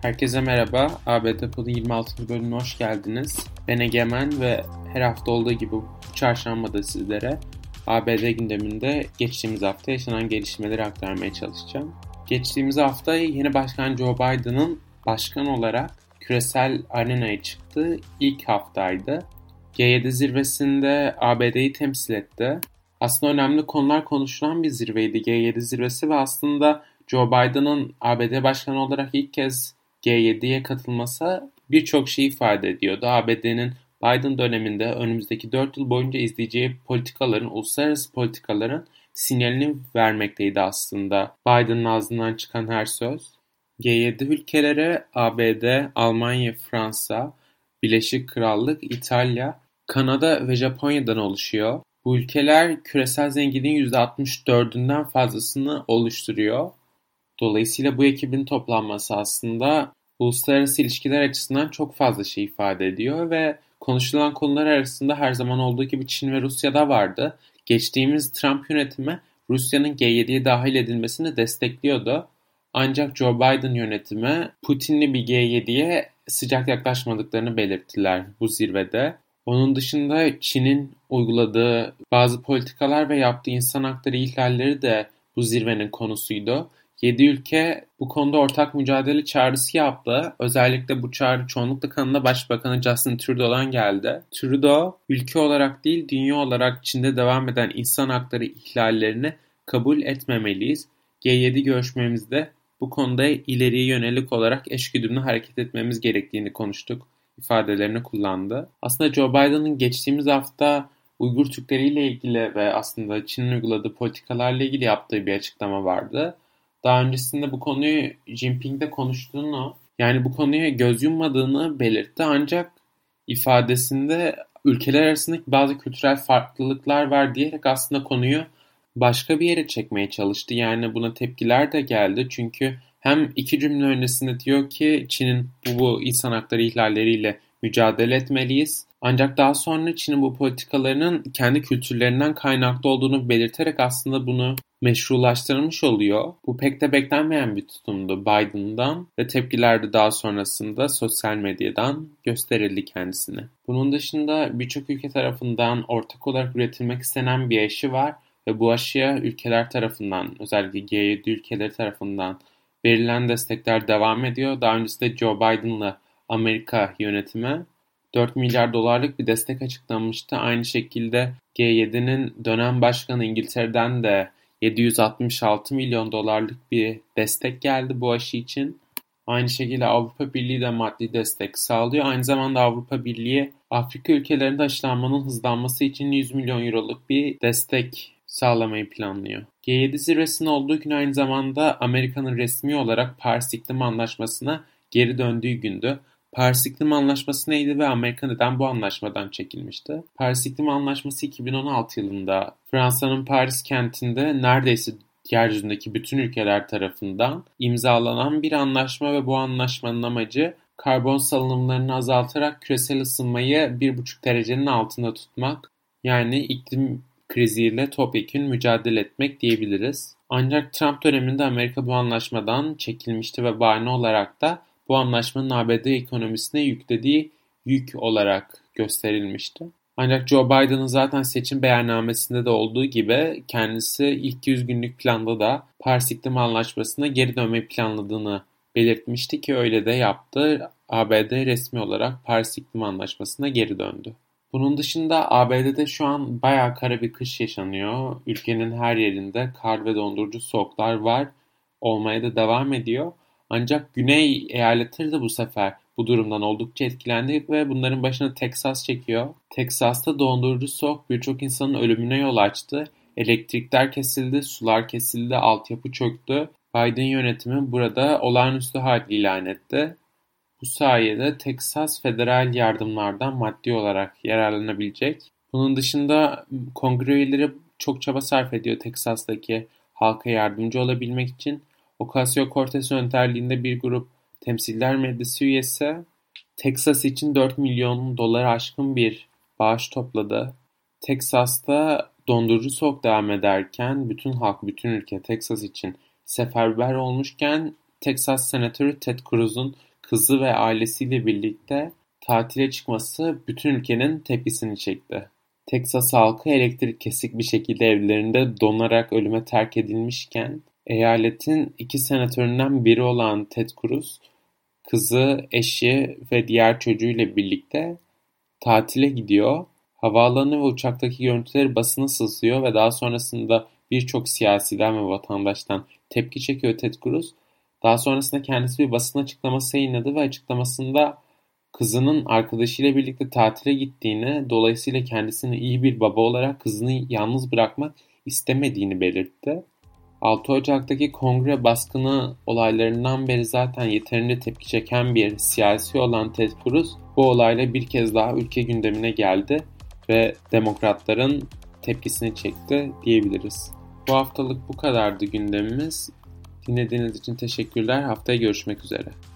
Herkese merhaba. ABD Pod'un 26. bölümüne hoş geldiniz. Ben Egemen ve her hafta olduğu gibi bu çarşambada sizlere ABD gündeminde geçtiğimiz hafta yaşanan gelişmeleri aktarmaya çalışacağım. Geçtiğimiz hafta yeni başkan Joe Biden'ın başkan olarak küresel arenaya çıktığı ilk haftaydı. G7 zirvesinde ABD'yi temsil etti. Aslında önemli konular konuşulan bir zirveydi G7 zirvesi ve aslında Joe Biden'ın ABD başkanı olarak ilk kez G7'ye katılması birçok şey ifade ediyordu. ABD'nin Biden döneminde önümüzdeki 4 yıl boyunca izleyeceği politikaların, uluslararası politikaların sinyalini vermekteydi aslında Biden'ın ağzından çıkan her söz. G7 ülkeleri ABD, Almanya, Fransa, Birleşik Krallık, İtalya, Kanada ve Japonya'dan oluşuyor. Bu ülkeler küresel zenginliğin %64'ünden fazlasını oluşturuyor. Dolayısıyla bu ekibin toplanması aslında uluslararası ilişkiler açısından çok fazla şey ifade ediyor ve konuşulan konular arasında her zaman olduğu gibi Çin ve Rusya da vardı. Geçtiğimiz Trump yönetimi Rusya'nın G7'ye dahil edilmesini destekliyordu. Ancak Joe Biden yönetimi Putin'li bir G7'ye sıcak yaklaşmadıklarını belirttiler bu zirvede. Onun dışında Çin'in uyguladığı bazı politikalar ve yaptığı insan hakları ihlalleri de bu zirvenin konusuydu. 7 ülke bu konuda ortak mücadele çağrısı yaptı. Özellikle bu çağrı çoğunlukla Kanada Başbakanı Justin Trudeau'dan geldi. Trudeau, ülke olarak değil dünya olarak Çin'de devam eden insan hakları ihlallerini kabul etmemeliyiz. G7 görüşmemizde bu konuda ileriye yönelik olarak eşgüdümlü hareket etmemiz gerektiğini konuştuk ifadelerini kullandı. Aslında Joe Biden'ın geçtiğimiz hafta Uygur Türkleriyle ilgili ve aslında Çin'in uyguladığı politikalarla ilgili yaptığı bir açıklama vardı. Daha öncesinde bu konuyu Jinping'de konuştuğunu, yani bu konuya göz yummadığını belirtti. Ancak ifadesinde ülkeler arasındaki bazı kültürel farklılıklar var diyerek aslında konuyu başka bir yere çekmeye çalıştı. Yani buna tepkiler de geldi. Çünkü hem iki cümle öncesinde diyor ki Çin'in bu insan hakları ihlalleriyle mücadele etmeliyiz. Ancak daha sonra Çin'in bu politikalarının kendi kültürlerinden kaynaklı olduğunu belirterek aslında bunu meşrulaştırmış oluyor. Bu pek de beklenmeyen bir tutumdu Biden'dan ve tepkiler de daha sonrasında sosyal medyadan gösterildi kendisine. Bunun dışında birçok ülke tarafından ortak olarak üretilmek istenen bir aşı var ve bu aşıya ülkeler tarafından, özellikle G7 ülkeleri tarafından verilen destekler devam ediyor. Daha öncesinde Joe Biden'la Amerika yönetimi 4 milyar dolarlık bir destek açıklamıştı. Aynı şekilde G7'nin dönem başkanı İngiltere'den de 766 milyon dolarlık bir destek geldi bu aşı için. Aynı şekilde Avrupa Birliği de maddi destek sağlıyor. Aynı zamanda Avrupa Birliği Afrika ülkelerinde aşılanmanın hızlanması için 100 milyon euroluk bir destek sağlamayı planlıyor. G7 zirvesinin olduğu gün aynı zamanda Amerika'nın resmi olarak Paris İklim Anlaşması'na geri döndüğü gündü. Paris İklim Anlaşması neydi ve Amerika neden bu anlaşmadan çekilmişti? Paris İklim Anlaşması 2016 yılında Fransa'nın Paris kentinde neredeyse yeryüzündeki bütün ülkeler tarafından imzalanan bir anlaşma ve bu anlaşmanın amacı karbon salınımlarını azaltarak küresel ısınmayı 1,5 derecenin altında tutmak. Yani iklim kriziyle topyekün mücadele etmek diyebiliriz. Ancak Trump döneminde Amerika bu anlaşmadan çekilmişti ve bahane olarak da bu anlaşmanın ABD ekonomisine yüklediği yük olarak gösterilmişti. Ancak Joe Biden'ın zaten seçim beyannamesinde de olduğu gibi kendisi ilk 100 günlük planda da Paris İklim Anlaşması'na geri dönmeyi planladığını belirtmişti ki öyle de yaptı. ABD resmi olarak Paris İklim Anlaşması'na geri döndü. Bunun dışında ABD'de şu an bayağı kara bir kış yaşanıyor. Ülkenin her yerinde kar ve dondurucu soğuklar var. Olmaya da devam ediyor. Ancak Güney eyaletleri de bu sefer bu durumdan oldukça etkilendi ve bunların başına Teksas çekiyor. Teksas'ta dondurucu soğuk birçok insanın ölümüne yol açtı. Elektrikler kesildi, sular kesildi, altyapı çöktü. Biden yönetimi burada olağanüstü hal ilan etti. Bu sayede Teksas federal yardımlardan maddi olarak yararlanabilecek. Bunun dışında kongre üyeleri çok çaba sarf ediyor Teksas'taki halka yardımcı olabilmek için. Ocasio-Cortez önderliğinde bir grup Temsiller Meclisi üyesi Teksas için 4 milyon dolar aşkın bir bağış topladı. Teksas'ta dondurucu soğuk devam ederken bütün halk, bütün ülke Teksas için seferber olmuşken Teksas Senatörü Ted Cruz'un kızı ve ailesiyle birlikte tatile çıkması bütün ülkenin tepkisini çekti. Teksas halkı elektrik kesik bir şekilde evlerinde donarak ölüme terk edilmişken eyaletin 2 senatöründen biri olan Ted Cruz, kızı, eşi ve diğer çocuğuyla birlikte tatile gidiyor. Havaalanı ve uçaktaki görüntüleri basına sızıyor ve daha sonrasında birçok siyasiden ve vatandaştan tepki çekiyor Ted Cruz. Daha sonrasında kendisi bir basın açıklaması yayınladı ve açıklamasında kızının arkadaşıyla birlikte tatile gittiğini, dolayısıyla kendisini iyi bir baba olarak kızını yalnız bırakmak istemediğini belirtti. 6 Ocak'taki Kongre baskını olaylarından beri zaten yeterince tepki çeken bir siyasi olan Ted Cruz bu olayla bir kez daha ülke gündemine geldi ve demokratların tepkisini çekti diyebiliriz. Bu haftalık bu kadardı gündemimiz. Dinlediğiniz için teşekkürler. Haftaya görüşmek üzere.